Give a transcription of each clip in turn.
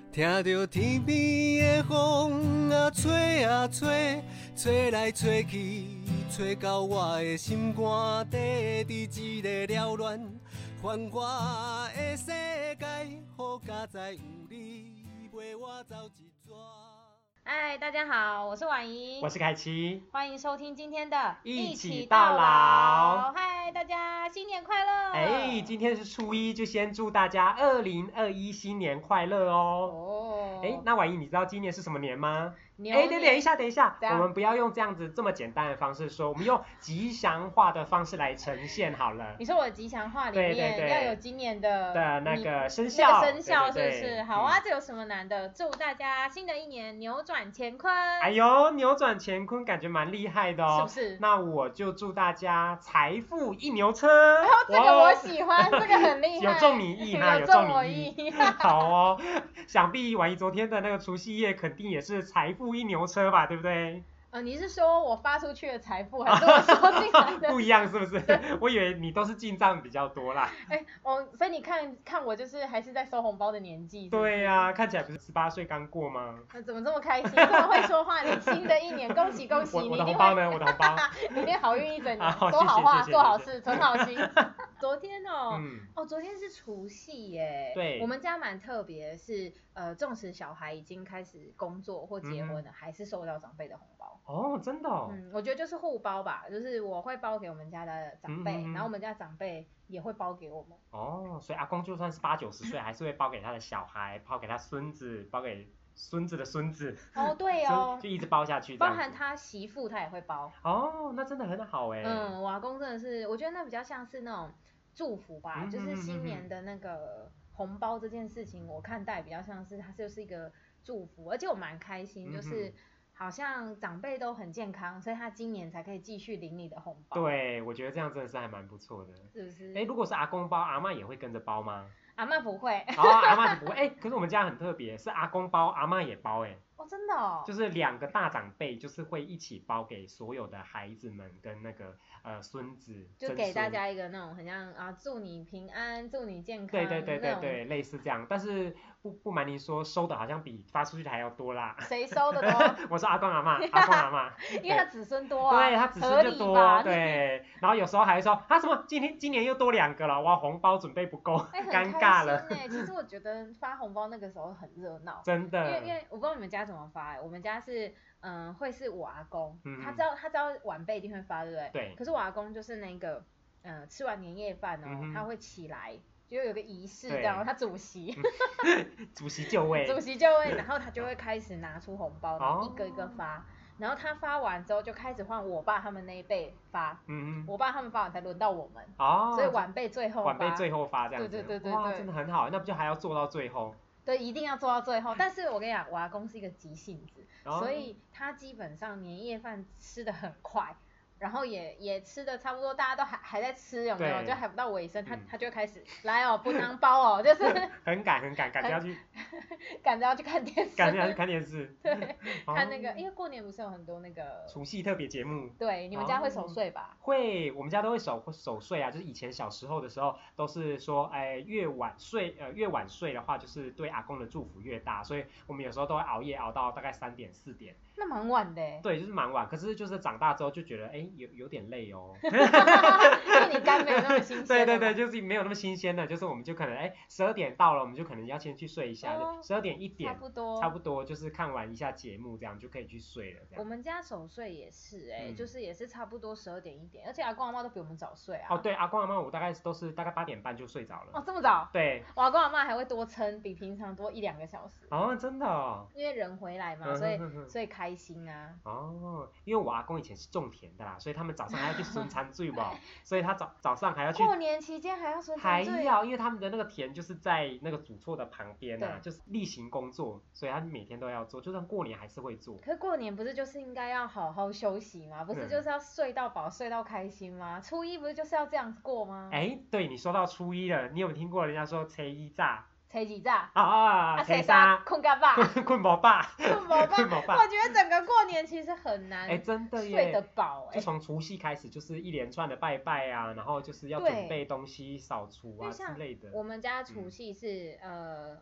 听着天边的风啊吹啊吹，吹来吹去，吹到我的心肝底，伫一个缭乱繁华的世界，好佳哉有你陪我走一逝。 嗨，大家好，我是婉仪， 我是凯奇， 欢迎收听今天的一起到老。 嗨，大家新年快乐！ 今天是初一，就先祝大家2021新年快乐哦。那婉仪，你知道今年是什么年吗？等一下，我们不要用这样子这么简单的方式说，我们用吉祥话的方式来呈现好了。 你说我的吉祥话里面要有今年的那个生肖， 是不是？好啊，这有什么难的？祝大家新的一年扭转乾坤。 哎呦，扭转乾坤感觉蛮厉害的哦， 是不是？ 那我就祝大家财富一牛车。 这个我喜欢，这个很厉害。 有中你意哈，有中你意。好哦，想必婉仪昨天的那个除夕夜肯定也是财富一牛车吧，对不对？ 你是说我发出去的财富，还是我收进来的？ 不一样是不是？我以为你都是进账比较多啦。 所以你看我就是还是在收红包的年纪。 对呀，看起来不是18岁刚过吗？ 怎么这么开心，这么会说话？你新的一年恭喜恭喜！ 我的红包呢？我的红包， 你一定好运一整年， 说好话，做好事，存好心。昨天昨天是除夕耶。 对。 我们家蛮特别，是纵使小孩已经开始工作或结婚了，还是收到长辈的红包。 哦，真的哦。 我觉得就是互包吧，就是我会包给我们家的长辈，然后我们家长辈也会包给我们。 哦，所以阿公就算是80-90岁，还是会包给他的小孩，包给他孙子，包给孙子的孙子。 哦，对哦， 就一直包下去， 包含他媳妇他也会包。 哦，那真的很好哎。 我阿公真的是，我觉得那比较像是那种祝福吧，就是新年的那个红包这件事情，我看待比较像是它就是一个祝福，而且我蛮开心，就是好像长辈都很健康，所以他今年才可以继续领你的红包。 对，我觉得这样真的是还蛮不错的， 是不是？ 如果是阿公包，阿嬷也会跟着包吗？ 阿嬷不会。 阿嬷就不会。可是我们家很特别，是阿公包，阿嬷也包哎。 哦，真的哦。 就是2个大长辈，就是会一起包给所有的孩子们跟那个孙子， 就给大家一个那种很像祝你平安，祝你健康。 对，类似这样。但是不瞒您说，收的好像比发出去的还要多啦。 谁收的多？ 我说阿公阿嬷， 因为他子孙多啊。 对，他子孙就多，对。然后有时候还会说什么今年又多2个了，哇，红包准备不够，尴尬了。 其实我觉得发红包那个时候很热闹， 真的。 因为我不知道你们家怎么发，我们家是会是我阿公，他知道晚辈一定会发，对不对？ 对。 可是我阿公就是那个吃完年夜饭他会起来，就有个仪式这样，他主席。 主席就位， 然后他就会开始拿出红包，然后一个一个发。然后他发完之后就开始换我爸他们那一辈发，我爸他们发完才轮到我们，所以晚辈最后发这样子。 对， 哇，真的很好，那不就还要做到最后？ 对，一定要做到最后。但是我跟你讲，我阿公是一个急性子，所以他基本上年夜饭吃得很快，然后也吃的差不多，大家都还在吃，有没有？就还不到尾声，他就开始来哦，不当包哦，就是很赶，赶着要去看电视，赶着要去看电视。 对，看那个，因为过年不是有很多那个除夕特别节目。 对，你们家会守岁吧？ 会，我们家都会守岁啊，就是以前小时候的时候都是说，越晚睡的话，就是对阿公的祝福越大，所以我们有时候都会熬夜熬到大概3点4点。 那蛮晚的。 对，就是蛮晚，可是就是长大之后就觉得有点累哦。 因为你肝没有那么新鲜。 对，就是没有那么新鲜的，就是我们就可能12点到了，我们就可能要先去睡一下，12点1点差不多就是看完一下节目这样就可以去睡了这样。 我们家守岁也是就是也是差不多12点1点，而且阿公阿嬷都比我们早睡啊。 对，阿公阿嬷我大概8点半就睡着了。 这么早？ 对， 我阿公阿嬷还会多撑，比平常多1-2个小时。 真的哦。 因为人回来嘛，所以开心啊。 因为我阿公以前是种田的啦，所以他们早上还要去巡餐醉吧，所以他早上还要去。 过年期间还要巡餐醉？ 还要，因为他们的那个田就是在那个祖厝的旁边啊，就是例行工作，所以他每天都要做，就算过年还是会做。 可是过年不是就是应该要好好休息吗？不是就是要睡到饱，睡到开心吗？初一不是就是要这样过吗？ 对，你说到初一了，你有没有听过人家说初一早？ 初二早初三困到饱， 困不饱。 我觉得整个过年其实很难， 真的耶， 睡得饱。 就从除夕开始就是一连串的拜拜啊，然后就是要准备东西、扫除啊之类的。 我们家除夕是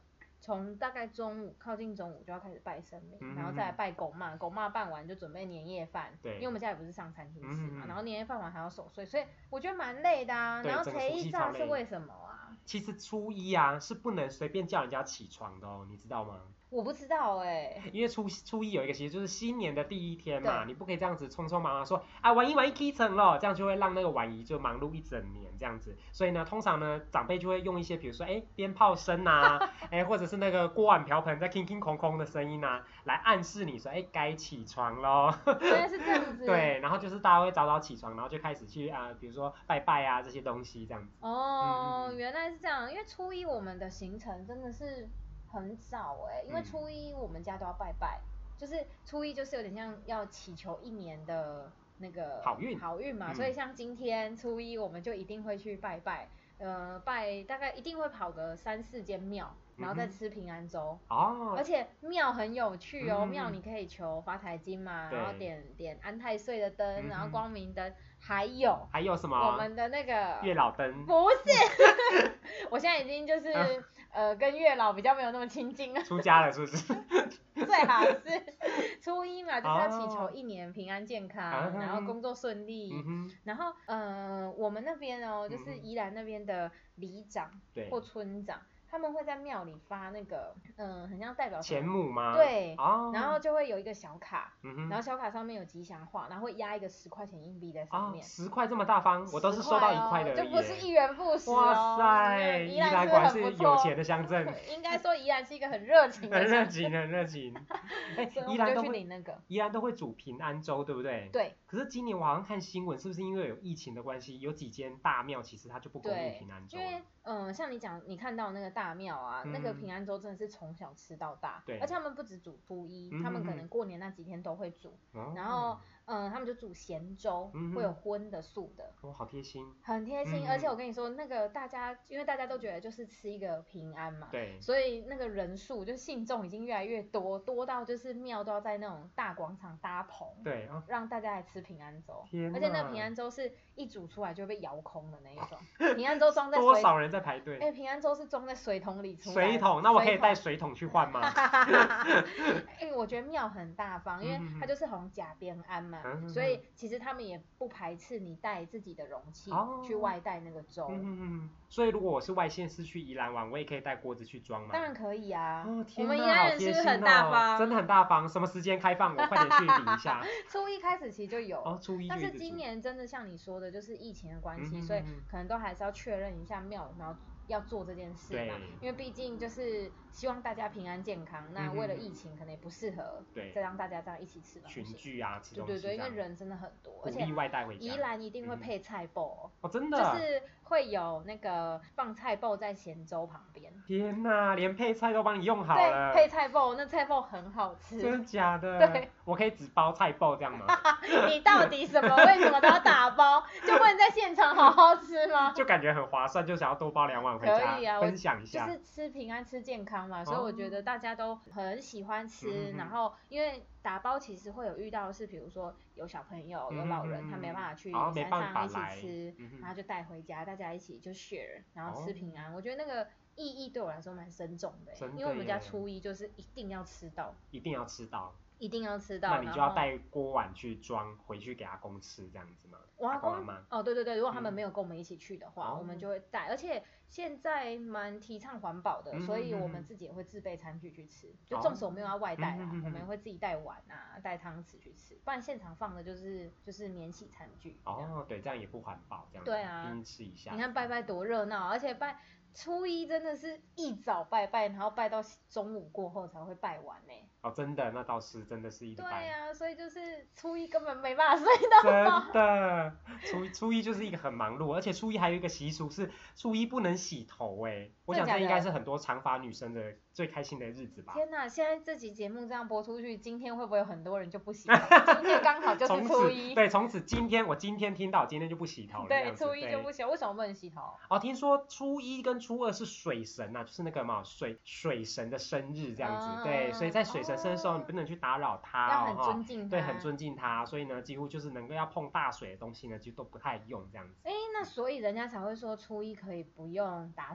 从大概靠近中午就要开始拜神明，然后再来拜公妈，公妈办完就准备年夜饭，因为我们家也不是上餐厅吃嘛，然后年夜饭完还要守岁，所以我觉得蛮累的啊。然后初一炸是为什么啊？ 其实初一啊是不能随便叫人家起床的哦，你知道吗？ 我不知道因为初一有一个习俗，就是新年的第一天嘛，你不可以这样子匆匆忙忙说啊晚一起床了，这样就会让那个晚姨就忙碌一整年这样子。所以呢，通常呢长辈就会用一些比如说鞭炮声啊，或者是那个锅碗瓢盆在空空的声音啊，来暗示你说该起床咯。 原来是这样子。 对，然后就是大家会早早起床，然后就开始去比如说拜拜啊这些东西这样子。 原来是这样，因为初一我们的行程真的是很早因为初一我们家都要拜拜，就是初一就是有点像要祈求一年的那个好运嘛，所以像今天初一我们就一定会去拜拜，拜大概一定会跑个3-4间庙，然后再吃平安粥。而且庙很有趣庙你可以求发财金嘛，然后点安太岁的灯，然后光明灯，还有什么？我们的那个月老灯。 不是，我现在已经就是跟月老比较没有那么亲近了。 出家了是不是？ 最好是初一嘛，就是要祈求一年平安健康，然后工作顺利。然后我们那边就是宜兰那边的里长或村长，他们会在庙里发那个很像代表钱母吗？ 对，然后就会有一个小卡，然后小卡上面有吉祥话，然后会压一个10块钱硬币在上面。 10块这么大方，我都是收到1块的而已。 就不是1元复始。 哇塞，宜兰果然是有钱的乡镇。 应该说宜兰是一个很热情的乡镇。 很热情。 宜兰都会领那个。 宜兰都会煮平安粥，对不对？ 对。 可是今年我好像看新闻，是不是因为有疫情的关系，有几间大庙其实它就不供应平安粥。 因为像你看到那个大庙啊，那个平安粥真的是从小吃到大，而且他们不止煮初一，他们可能过年那几天都会煮，然后他们就煮咸粥，会有荤的素的。 好贴心。 很贴心，而且我跟你说，那个因为大家都觉得就是吃一个平安嘛， 对， 所以那个人数就是信众已经越来越多到就是庙都要在那种大广场搭棚， 对， 让大家来吃平安粥。 而且那个平安粥是一煮出来就会被遥控的那一种。平安粥装在多少人在排队？ 平安粥是装在水桶里出来的。 水桶，那我可以带水桶去换吗？ 我觉得庙很大方，因为它就是红甲边安嘛，所以其实他们也不排斥你带自己的容器去外带那个粥。 所以如果我是外县市去宜兰玩，我也可以带锅子去装吗？ 当然可以啊。 我们宜兰人是不是很大方？ 真的很大方。什么时间开放？我快点去领一下。 初一开始其实就有。 初一就有。 但是今年真的像你说的，就是疫情的关系，所以可能都还是要确认一下庙有没有要做这件事嘛，因为毕竟就是希望大家平安健康，那为了疫情可能也不适合再让大家这样一起吃东西。 群聚啊，吃东西。 对，因为人真的很多， 而且宜兰一定会配菜包真的。 就是会有那个放菜包在咸粥旁边。 天哪，连配菜都帮你用好了。 对，配菜包，那菜包很好吃。 真的假的？ 对， 我可以只包菜包这样吗？ 你到底什么？为什么都要打包？就不能在现场好好吃吗？ 就感觉很划算，就想要多包2碗回家。 可以啊， 分享一下。 就是吃平安吃健康嘛，所以我觉得大家都很喜欢吃。然后因为打包其实会有遇到是，比如说有小朋友、有老人，他没办法去山上一起吃，然后就带回家，大家一起就 share， 然后吃平安。我觉得那个意义对我来说蛮深重的，因为我们家初一就是一定要吃到。一定要吃到， 那你就要带锅碗去装回去给阿公吃这样子吗？ 阿公对，如果他们没有跟我们一起去的话，我们就会带。而且现在蛮提倡环保的，所以我们自己也会自备餐具去吃。就纵使我没有要外带啦，我们会自己带碗啊、带汤匙去吃，不然现场放的就是免洗餐具。 对，这样也不环保，这样对啊， 吃一下。 你看拜拜多热闹，而且初一真的是一早拜，然后拜到中午过后才会拜完呢。 真的，那倒是真的是一直拜。 对啊，所以就是初一根本没办法睡到。 真的，初一就是一个很忙碌，而且初一还有一个习俗是初一不能洗头我想这应该是很多长发女生的最开心的日子吧。 天哪，现在这集节目这样播出去，今天会不会有很多人就不洗头？今天刚好就是初一。 对，从此我今天听到，今天就不洗头了。 对，初一就不洗，为什么不能洗头？ 听说初一跟初二是水神啊，就是那个水神的生日这样子。对，所以在水神生日的时候，你不能去打扰他要很尊敬他。 对，很尊敬他，所以呢，几乎就是能够要碰大水的东西呢，就都不太用这样子。 那所以人家才会说初一可以不用打扫。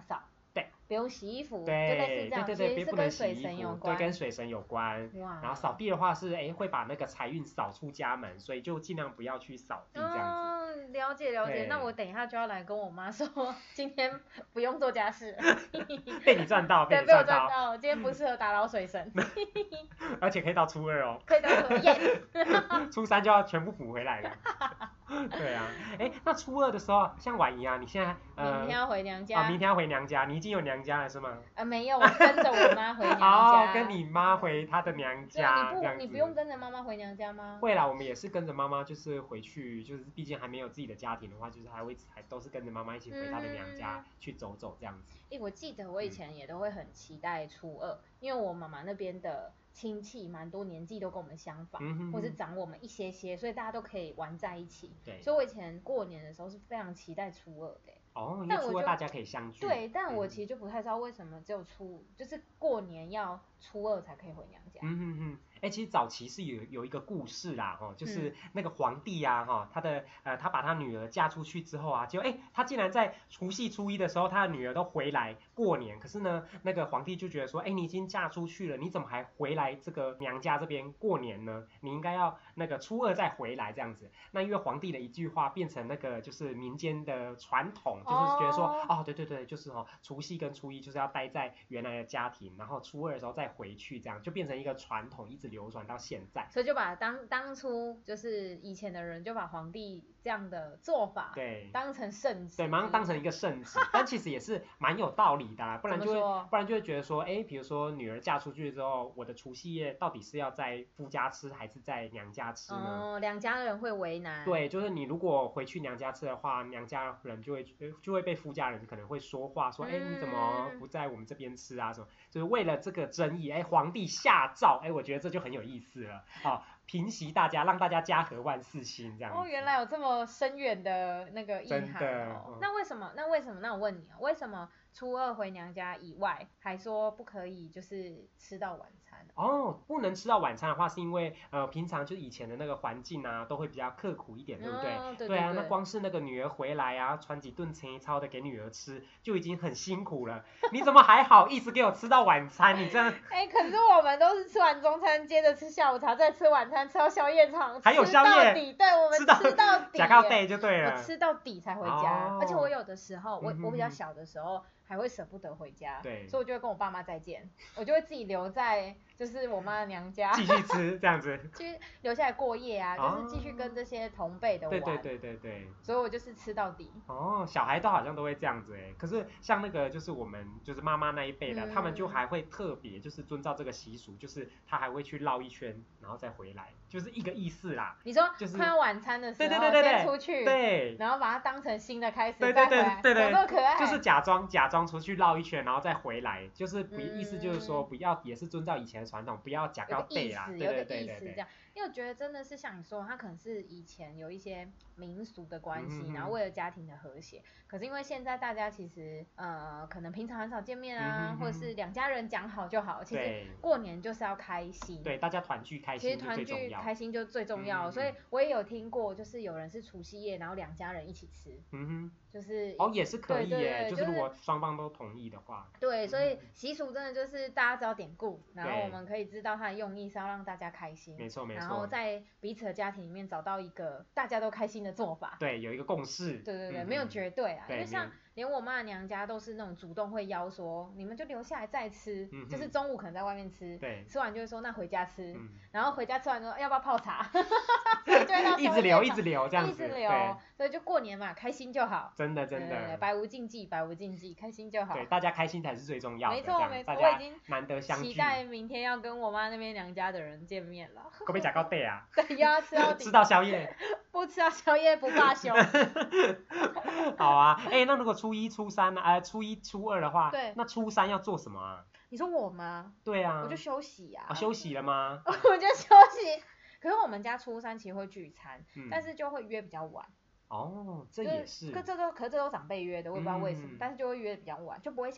对， 不用洗衣服，就对， 类似这样， 对， 其实是跟水神有关， 对，跟水神有关。然后扫地的话是会把那个财运扫出家门，所以就尽量不要去扫地这样子。 了解了解，那我等一下就要来跟我妈说，今天不用做家事。 被你赚到， 被我赚到，今天不适合打扰水神。 而且可以到初2哦。 可以到初2，耶。 初3就要全部补回来了。对啊，那初2的时候，像婉仪啊，你现在明天要回娘家。 明天要回娘家，你已经有娘家了是吗？ 没有，我跟着我妈回娘家。 跟你妈回她的娘家。 你不用跟着妈妈回娘家吗？ 会啦，我们也是跟着妈妈，就是回去，就是毕竟还没有自己的家庭的话，就是还都是跟着妈妈一起回她的娘家去走走这样子。 我记得我以前也都会很期待初2，因为我妈妈那边的亲戚蛮多年纪都跟我们相仿，或是长我们一些，所以大家都可以玩在一起。 对， 所以我以前过年的时候是非常期待初2的。 因为初2大家可以相聚。 对，但我其实就不太知道为什么只有就是过年要初2才可以回娘家。 其实早期是有一个故事啦，就是那个皇帝啊，他把他女儿嫁出去之后啊，就他竟然在除夕初1的时候，他的女儿都回来过年。可是呢，那个皇帝就觉得说，你已经嫁出去了，你怎么还回来这个娘家这边过年呢？你应该要那个初2再回来这样子。那因为皇帝的一句话变成那个就是民间的传统，就是觉得说，对，就是除夕跟初1就是要待在原来的家庭，然后初2的时候再回去，这样就变成一个传统，一直流传到现在。 所以就把当初就是以前的人就把皇帝这样的做法当成圣旨， 对，马上当成一个圣旨。但其实也是蛮有道理的啦，不然就会觉得说，比如说女儿嫁出去之后，我的除夕夜到底是要在夫家吃还是在娘家吃呢？ 两家人会为难。 对，就是你如果回去娘家吃的话，娘家人就会被夫家人可能会说话说，你怎么不在我们这边吃啊什么？就是为了这个争议，皇帝下诏，我觉得这就很有意思了。平息大家，让大家家和万事兴这样子。 原来有这么深远的那个意涵哦。那为什么？那我问你为什么初2回娘家以外，还说不可以就是吃到晚餐？ 不能吃到晚餐的话，是因为平常就以前的那个环境啊，都会比较刻苦一点，对不对？对啊，那光是那个女儿回来啊，传几顿青操的给女儿吃，就已经很辛苦了。你怎么还好意思给我吃到晚餐？你这样可是我们都是吃完中餐，接着吃下午茶，再吃晚餐，吃到宵夜场， 还有宵夜， 对，我们吃到底， 假到底就对了， 我吃到底才回家。而且我有的时候，我比较小的时候还会舍不得回家， 对， 所以我就会跟我爸妈再见，我就会自己留在就是我妈的娘家继续吃这样子， 继续留下来过夜啊，就是继续跟这些同辈的玩。 对， 所以我就是吃到底。 小孩都好像都会这样子可是像那个就是我们就是妈妈那一辈的，他们就还会特别就是遵照这个习俗，就是他还会去绕一圈，然后再回来，就是一个意思啦。 你说就是快要晚餐的时候， 对， 先出去， 对， 然后把它当成新的开始， 对， 有这么可爱， 就是假装出去绕一圈，然后再回来，就是意思就是说不要也是遵照以前的传统，不要假到底啦，对， 这样。因为我觉得真的是像你说，他可能是以前有一些民俗的关系，然后为了家庭的和谐。可是因为现在大家其实可能平常很少见面啊，或者是两家人讲好就好。其实过年就是要开心， 对，大家团聚开心， 其实团聚开心就最重要。所以我也有听过，就是有人是除夕夜，然后两家人一起吃，就是也是可以耶，就是如果双方都同意的话。 对，所以习俗真的就是大家只要典故，然后我们可以知道它的用意是要让大家开心， 没错， 然后在彼此的家庭里面找到一个大家都开心的做法。 对，有一个共识。 对，没有绝对啊，因为像连我妈的娘家都是那种主动会邀说，你们就留下来再吃，就是中午可能在外面吃，吃完就会说那回家吃，然后回家吃完之后要不要泡茶，所以就会到一直留这样子， 一直留，所以就过年嘛，开心就好， 真的， 百无禁忌，开心就好， 对，大家开心才是最重要的， 没错， 我已经难得相聚， 期待明天要跟我妈那边娘家的人见面了， 可不可以假到底啊？ 对，要吃到底， 吃到宵夜， 不吃到宵夜不罢休。 好啊，那如果初1、初3呢？初1、初2的话， 对， 那初3要做什么啊？ 你说我吗？ 对啊， 我就休息啊。 休息了吗？ 我就休息。可是我们家初3其实会聚餐，但是就会约比较晚。 这也是。 可这都长辈约的，我也不知道为什么，但是就会约比较晚，就不会像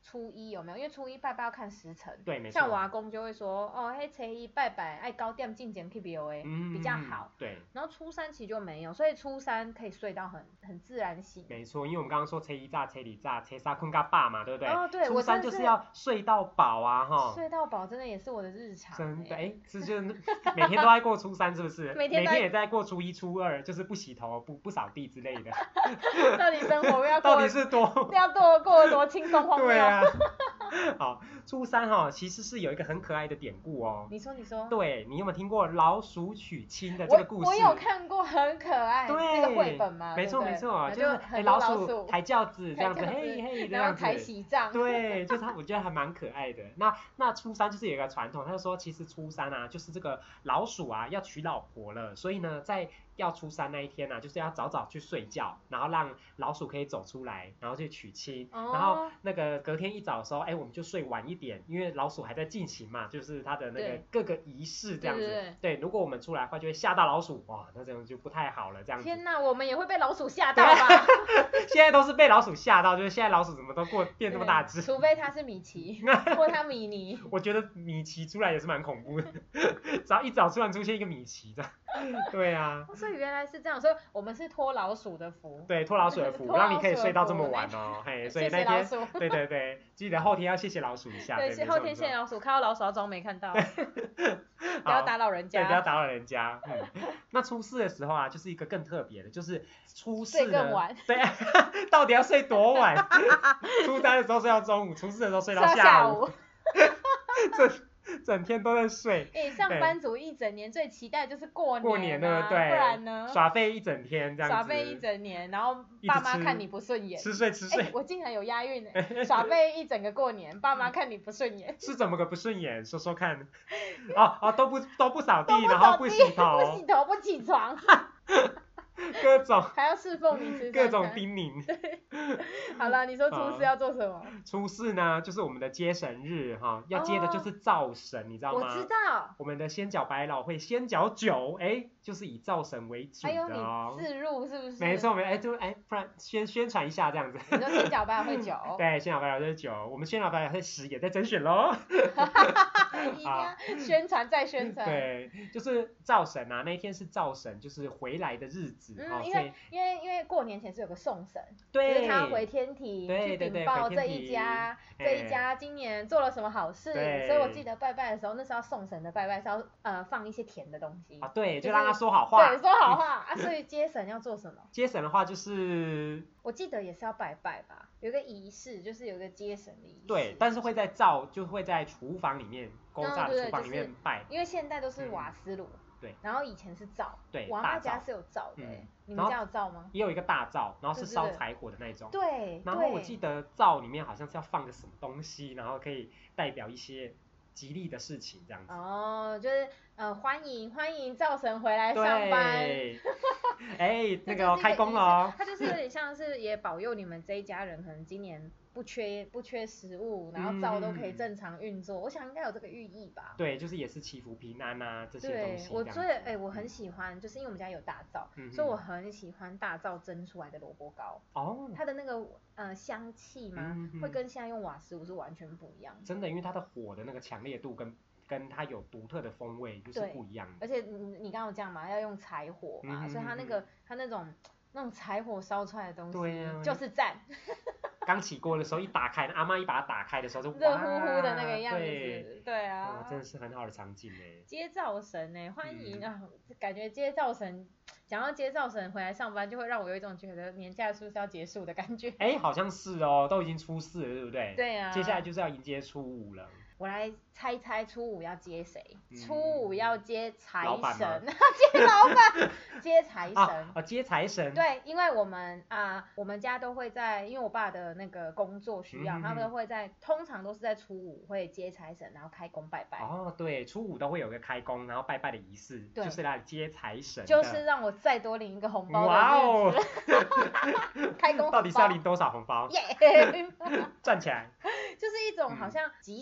初一有没有？因为初一拜拜要看时辰， 对，没错。 像我阿公就会说，哦，初一拜拜爱9点进前去庙的，比较好。 对。 然后初三其实就没有，所以初三可以睡到很自然醒。 没错，因为我们刚刚说初一早、初二早、初三困到饱嘛，对不对？ 哦，对， 初三就是要睡到饱啊，哈。 睡到饱真的也是我的日常。 真的，是就每天都在过初三，是不是？ 每天也在过初一、初二，就是不洗头、不扫地之类的。 到底生活要到底是过得多轻松荒谬？ 对啊。好，初三其实是有一个很可爱的典故哦。 你说。 对，你有没有听过老鼠娶亲的这个故事？ 我有看过，很可爱。 对， 那个绘本吗？ 没错，就是老鼠抬轿子这样子，嘿嘿这样子。 然后抬喜帐。 对，就是我觉得还蛮可爱的。那初三就是有一个传统，他就说其实初三啊，就是这个老鼠啊要娶老婆了，所以呢，在要初三那一天啊，就是要早早去睡觉，然后让老鼠可以走出来，然后去娶亲。然后那个隔天一早的时候，我们就睡晚一点，因为老鼠还在进行嘛，就是它的那个各个仪式这样子。对，如果我们出来的话，就会吓到老鼠，哇，那这样就不太好了，这样子。 天哪，我们也会被老鼠吓到吧？ 现在都是被老鼠吓到，就是现在老鼠怎么都变这么大只？ 除非它是米奇或它米妮。 我觉得米奇出来也是蛮恐怖的，只要一早突然出现一个米奇的。对啊。 所以原来是这样，所以我们是托老鼠的福。 对，托老鼠的福，让你可以睡到这么晚哦。嘿，所以那天，对，记得后天要谢谢老鼠一下。 对，后天谢谢老鼠，看到老鼠要装没看到。不要打扰人家。 对，不要打扰人家。那初四的时候啊，就是一个更特别的，就是初四呢。睡更晚。 对，到底要睡多晚？初三的时候睡到中午，初四的时候睡到下午。整天都在睡。 上班族一整年最期待就是过年， 对不对？ 不然呢？ 耍废一整天这样子。 耍废一整年，然后爸妈看你不顺眼。 吃睡。 我竟然有押韵耍废一整个过年，爸妈看你不顺眼。 是怎么个不顺眼？说说看。都不扫地，然后不洗头， 不起床。 各种还要侍奉你吃各种叮咛。 好了，你说初四要做什么？ 初四呢，就是我们的接神日哈，要接的就是灶神，你知道吗？ 我知道。 我们的仙脚百老汇仙脚酒，就是以灶神为主的哦。你自入是不是？ 没错，不然宣传一下这样子。 你说仙脚百老汇酒？ 对，仙脚百老汇酒，我们仙脚百老汇10也在甄选咯。 一定要宣传再宣传。 对，就是灶神啊，那一天是灶神就是回来的日子。 因为过年前是有个送神， 对， 就是他回天庭去禀报这一家今年做了什么好事，所以我记得拜拜的时候，那时候要送神的拜拜是要放一些甜的东西。 对，就让他说好话。 对，说好话所以接神要做什么？ 接神的话就是我记得也是要拜拜吧，有一个仪式，就是有一个接神的仪式。 对，但是会在就会在厨房里面，公炸的厨房里面拜。 因为现在都是瓦斯炉。对，然后以前是灶， 对， 我阿妈家是有灶的。你们家有灶吗？ 也有一个大灶，然后是烧柴火的那种。 对。 然后我记得灶里面好像是要放个什么东西，然后可以代表一些吉利的事情这样子。 就是欢迎灶神回来上班。 那个开工了哦。 它就是有点像是也保佑你们这一家人，可能今年不缺食物，然后灶都可以正常运作。我想应该有这个寓意吧。 对，就是也是祈福平安啊这些东西。 对，我很喜欢，就是因为我们家有大灶，所以我很喜欢大灶蒸出来的萝卜糕。它的那个香气嘛，会跟现在用瓦斯炉是完全不一样的。 真的，因为它的火的那个强烈度跟它有独特的风味，就是不一样的。 而且你刚刚有讲嘛，要用柴火嘛，所以它那种柴火烧出来的东西，就是赞。 刚起锅的时候一打开，阿妈一把它打开的时候就热乎乎的那个样子。对啊。 真的是很好的场景接灶神欢迎啊！感觉接灶神，讲到接灶神回来上班，就会让我有一种觉得年假是不是要结束的感觉。 好像是哦，都已经初4了，对不对？ 对啊。 接下来就是要迎接初5了。 我来猜初5要接谁？初5要接财神。 接老板。接财神。 接财神。 对，因为我们家都会在，因为我爸的那个工作需要，他们会通常都是在初5会接财神，然后开工拜拜。 对，初5都会有个开工，然后拜拜的仪式，就是来接财神。 就是让我再多领一个红包的日子。开工红包。 到底是要领多少红包？赚起来。 就是一种好像吉祥嘛，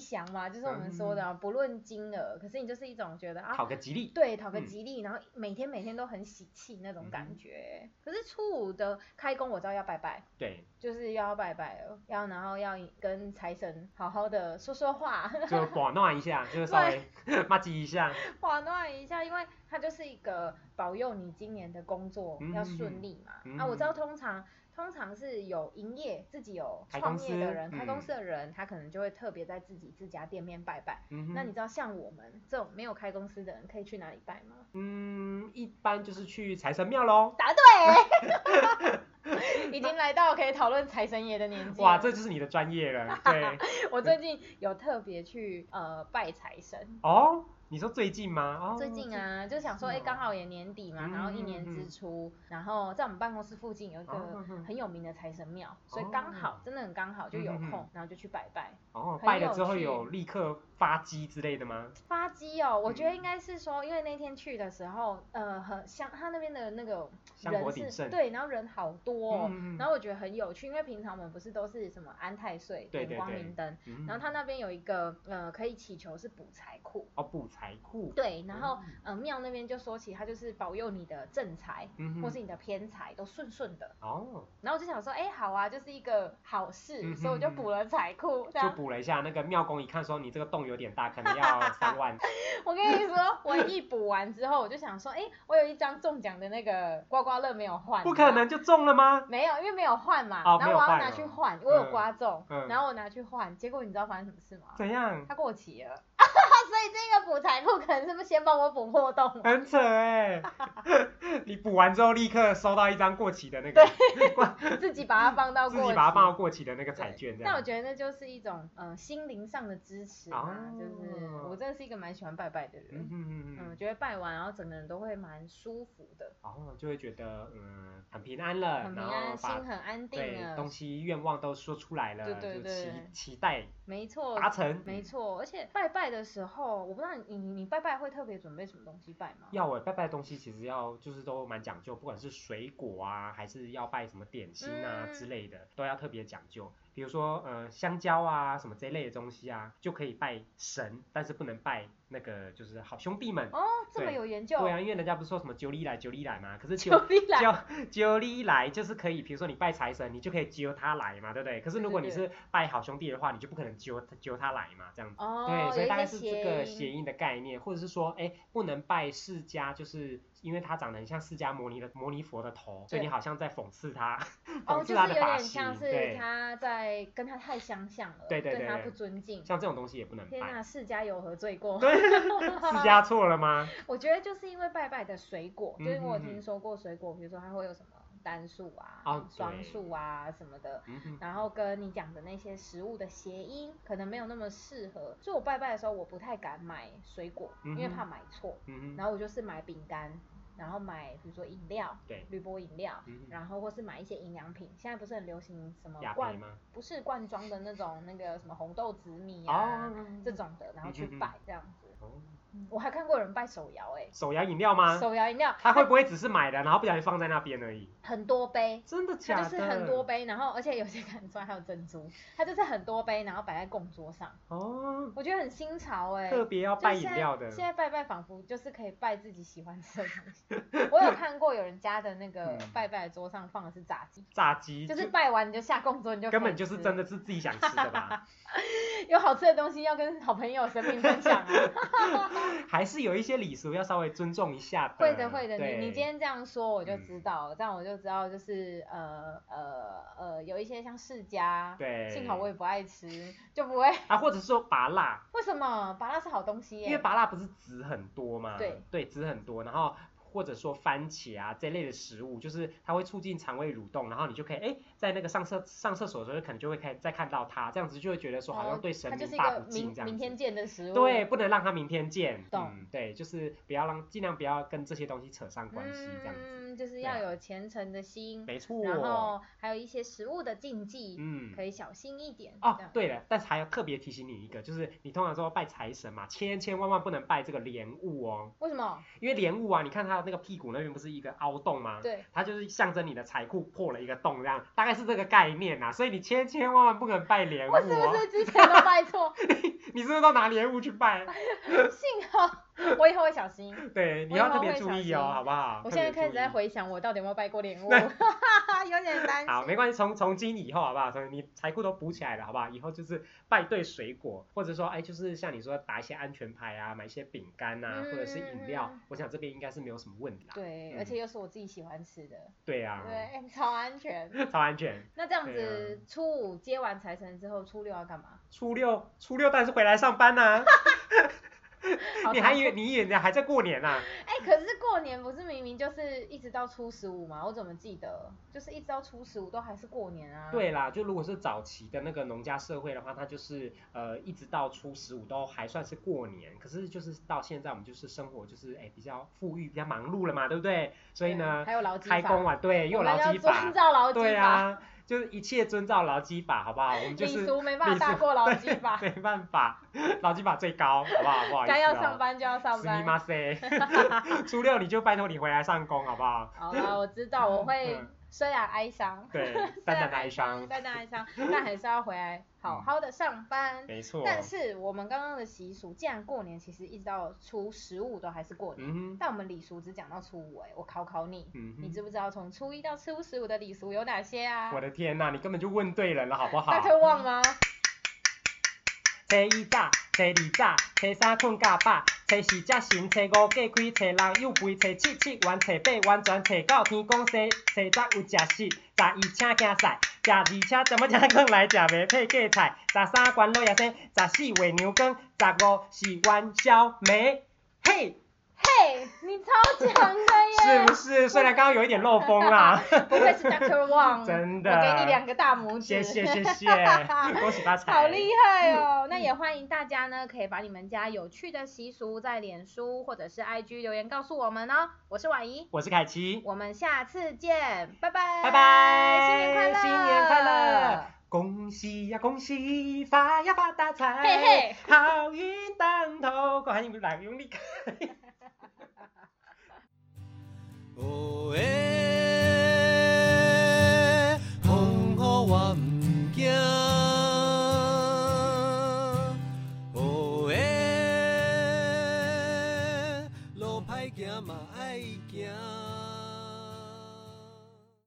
就是我们说的不论金额，可是你就是一种觉得讨个吉利， 对，讨个吉利，然后每天都很喜气那种感觉。可是初五的开工我知道要拜拜， 对， 就是要拜拜了，然后要跟财神好好的说说话， 就保暖一下，就是稍微麻吉一下， 保暖一下，因为它就是一个保佑你今年的工作要顺利嘛。我知道通常是有营业自己有创业的人，开公司的人，他可能就会特别在自家店面拜拜。那你知道像我们这种没有开公司的人可以去哪里拜吗？ 一般就是去财神庙咯。 答对。已经来到可以讨论财神爷的年纪。 哇，这就是你的专业了。对。 我最近有特别去拜财神。 哦。你说最近吗？ 最近啊，就想说，刚好也年底嘛，然后一年之初，然后在我们办公室附近有一个很有名的财神庙，所以刚好，真的很刚好就有空，然后就去拜拜。 拜了之后有立刻发鸡之类的吗？ 发鸡哦，我觉得应该是说，因为那天去的时候，像他那边的那个人是，对，然后人好多，然后我觉得很有趣，因为平常我们不是都是什么安太岁、点光明灯，然后他那边有一个可以祈求是补财库。 补财库。 对，然后庙那边就说起他就是保佑你的正财，或是你的偏财都顺顺的。然后我就想说，好啊，就是一个好事，所以我就补了财库。 就补了一下，那个庙公一看说你这个洞有点大，可能要3万。 我跟你说，我一补完之后，我就想说，我有一张中奖的那个刮刮乐没有换。 不可能就中了吗？ 没有，因为没有换嘛。然后我要拿去换，我有刮中，然后我拿去换，结果你知道发生什么事吗？ 怎样？ 它过期了。所以这个补财库可能是不是先帮我补破洞？ 很扯你补完之后立刻收到一张过期的那个， 对，自己把它放到过期的那个彩券这样。 那我觉得那就是一种心灵上的支持嘛，就是我真的是一个蛮喜欢拜拜的人，我觉得拜完然后整个人都会蛮舒服的， 就会觉得很平安了， 很平安，心很安定了， 东西愿望都说出来了， 对， 就期待没错达成， 没错，而且拜拜的时候，我不知道你拜拜会特别准备什么东西拜吗？ 拜拜的东西其实就是都蛮讲究，不管是水果啊，还是要拜什么点心啊之类的，都要特别讲究。比如说香蕉啊什么这一类的东西啊，就可以拜神，但是不能拜那个就是好兄弟们。 这么有研究。 对啊，因为人家不是说什么九里来嘛，可是九里来就是可以，比如说你拜财神，你就可以揪他来嘛，对不对？可是如果你是拜好兄弟的话，你就不可能揪他来嘛，这样子。对，所以大概是这个谐音的概念，或者是说不能拜释迦，就是因为他长得很像释迦牟尼佛的头，所以你好像在讽刺他，讽刺他的发型， 就是有点像是他在跟他太相像了， 对他不尊敬， 像这种东西也不能拜。 天哪，释迦有何罪过？ 对，释迦错了吗？ 我觉得就是因为拜拜的水果，就是我有听说过水果，比如说它会有什么单数啊、双数啊什么的，然后跟你讲的那些食物的谐音可能没有那么适合，所以我拜拜的时候我不太敢买水果，因为怕买错，然后我就是买饼干。然后买比如说饮料，铝箔饮料，然后或是买一些营养品，现在不是很流行什么不是罐装的那种那个什么红豆紫米啊这种的，然后去拜这样子。我还看过有人拜手摇手摇饮料吗？ 手摇饮料， 他会不会只是买的，然后不小心放在那边而已？ 很多杯， 真的假的？ 就是很多杯，然后而且有些看出来还有珍珠，它就是很多杯，然后摆在供桌上。我觉得很新潮特别要拜饮料的。 现在拜拜仿佛就是可以拜自己喜欢吃的东西。我有看过有人家的那个拜拜的桌上放的是炸鸡。 炸鸡。 就是拜完你就下供桌你就根本就是真的是自己想吃的吧？ 有好吃的东西要跟好朋友神明分享啊。 还是有一些礼俗要稍微尊重一下的。 会的，你今天这样说我就知道了，这样我就知道就是有一些像释迦，幸好我也不爱吃，就不会或者说芭乐。 为什么？芭乐是好东西耶。 因为芭乐不是籽很多吗？ 对， 籽很多，然后或者说番茄啊这类的食物，就是它会促进肠胃蠕动，然后你就可以在那个上厕所的时候可能就会再看到它，这样子就会觉得说好像对神明大不敬这样子。 明天见的食物。 对，不能让它明天见。对，就是尽量不要跟这些东西扯上关系这样子。 就是要有虔诚的心， 没错。 然后还有一些食物的禁忌，可以小心一点。 对了，但是还要特别提醒你一个，就是你通常说拜财神嘛，千万不能拜这个莲雾哦。 为什么？ 因为莲雾啊，你看它到那个屁股那边不是一个凹洞吗？ 对， 它就是象征你的财库破了一个洞，这样大概是这个概念啊。所以你千万不可能拜莲雾哦。 我是不是之前都拜错？ 你是不是都拿莲雾去拜？ 幸好我以后会小心。 对，你要特别注意哦，好不好？ 我现在开始在回想我到底有没有拜过莲雾，有点担心。 好，没关系，从今以后好不好？你财库都补起来了，好不好？以后就是拜对水果，或者说就是像你说打一些安全牌啊，买一些饼干啊，或者是饮料，我想这边应该是没有什么问题啦。 对，而且又是我自己喜欢吃的。 对啊。 对，超安全。 超安全。 那这样子，初5接完财神之后，初6要干嘛？ 初六当然是回来上班啊。你以为你还在过年啊？ 可是过年不是明明就是一直到初15吗？我怎么记得就是一直到初15都还是过年啊？ 对啦，就如果是早期的那个农家社会的话，它就是一直到初15都还算是过年。可是就是到现在我们就是生活就是比较富裕比较忙碌了嘛，对不对？所以呢， 还有劳基法， 开工完对又有劳基法， 遵照劳基法。 对啊。就是一切遵照劳基法，好不好？我们就是礼俗没办法大过劳基法， 没办法，劳基法最高，好不好？不好意思， 该要上班就要上班。 初6你就拜托你回来上工，好不好？ 好啦，我知道我会，虽然哀伤， 对，淡淡哀伤， 但还是要回来好好的上班。 没错。 但是我们刚刚的习俗，既然过年其实一直到初15都还是过年，但我们礼俗只讲到初5，我考你，你知不知道从初1到初15的礼俗有哪些啊？ 我的天哪，你根本就问对人了，好不好？ 大家忘吗？ 初1早，初2早，初3困甲饱，初4才神，初5隔开，初6有肥，初7吃完，初8完全，初9天公生，初10有食食，初1请行赛，初2请怎么讲讲来吃袂配芥菜，初3关落叶生，初4喂牛羹，初5是元宵梅，嘿。 嘿，你超强的耶！ 是不是？虽然刚刚有一点漏风啦。 不愧是 Dr. Wang， 真的。 我给你2个大拇指。 谢谢，恭喜发财。 好厉害哦！那也欢迎大家呢，可以把你们家有趣的习俗在脸书或者是 IG 留言告诉我们哦。我是婉仪， 我是凯琪， 我们下次见，拜拜， 拜拜， 新年快乐， 新年快乐。恭喜呀恭喜，发呀发大财， 嘿嘿， 好运当头，快点来用力开。 哦耶，风雨我唔惊，哦耶，路歹行嘛爱行。